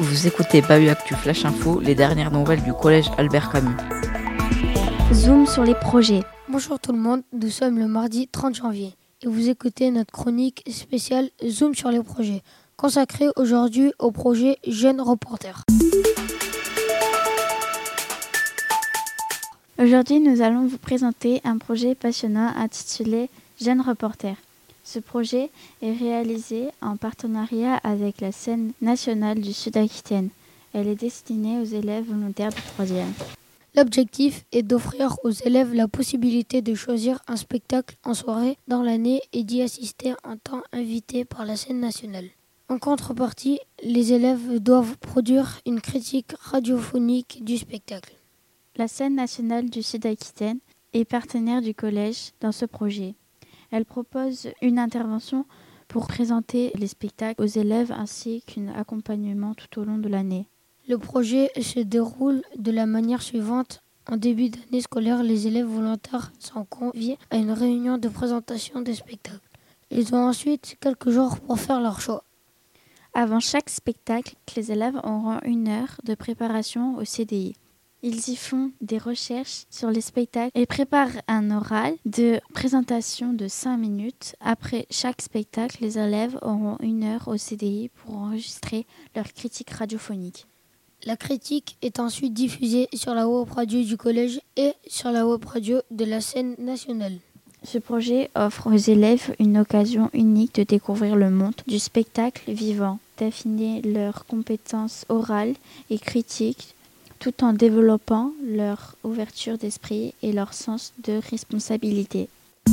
Vous écoutez Bahut Actu Flash Info, les dernières nouvelles du collège Albert Camus. Zoom sur les projets. Bonjour tout le monde, nous sommes le mardi 30 janvier et vous écoutez notre chronique spéciale Zoom sur les projets, consacrée aujourd'hui au projet Jeunes Reporters. Aujourd'hui, nous allons vous présenter un projet passionnant intitulé Jeunes Reporters. Ce projet est réalisé en partenariat avec la scène nationale du Sud-Aquitaine. Elle est destinée aux élèves volontaires de 3e. L'objectif est d'offrir aux élèves la possibilité de choisir un spectacle en soirée dans l'année et d'y assister en tant invité par la scène nationale. En contrepartie, les élèves doivent produire une critique radiophonique du spectacle. La scène nationale du Sud-Aquitaine est partenaire du collège dans ce projet. Elle propose une intervention pour présenter les spectacles aux élèves ainsi qu'un accompagnement tout au long de l'année. Le projet se déroule de la manière suivante. En début d'année scolaire, les élèves volontaires sont conviés à une réunion de présentation des spectacles. Ils ont ensuite quelques jours pour faire leur choix. Avant chaque spectacle, les élèves auront 1 heure de préparation au CDI. Ils y font des recherches sur les spectacles et préparent un oral de présentation de 5 minutes. Après chaque spectacle, les élèves auront 1 heure au CDI pour enregistrer leur critique radiophonique. La critique est ensuite diffusée sur la web radio du collège et sur la web radio de la scène nationale. Ce projet offre aux élèves une occasion unique de découvrir le monde du spectacle vivant, d'affiner leurs compétences orales et critiques, tout en développant leur ouverture d'esprit et leur sens de responsabilité.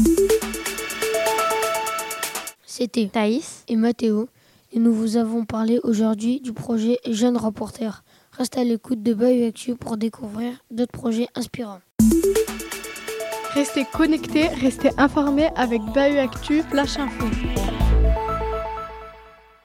C'était Thaïs et Mathéo et nous vous avons parlé aujourd'hui du projet Jeunes Reporters. Restez à l'écoute de Bahut Actu pour découvrir d'autres projets inspirants. Restez connectés, restez informés avec Bahut Actu Flash Info.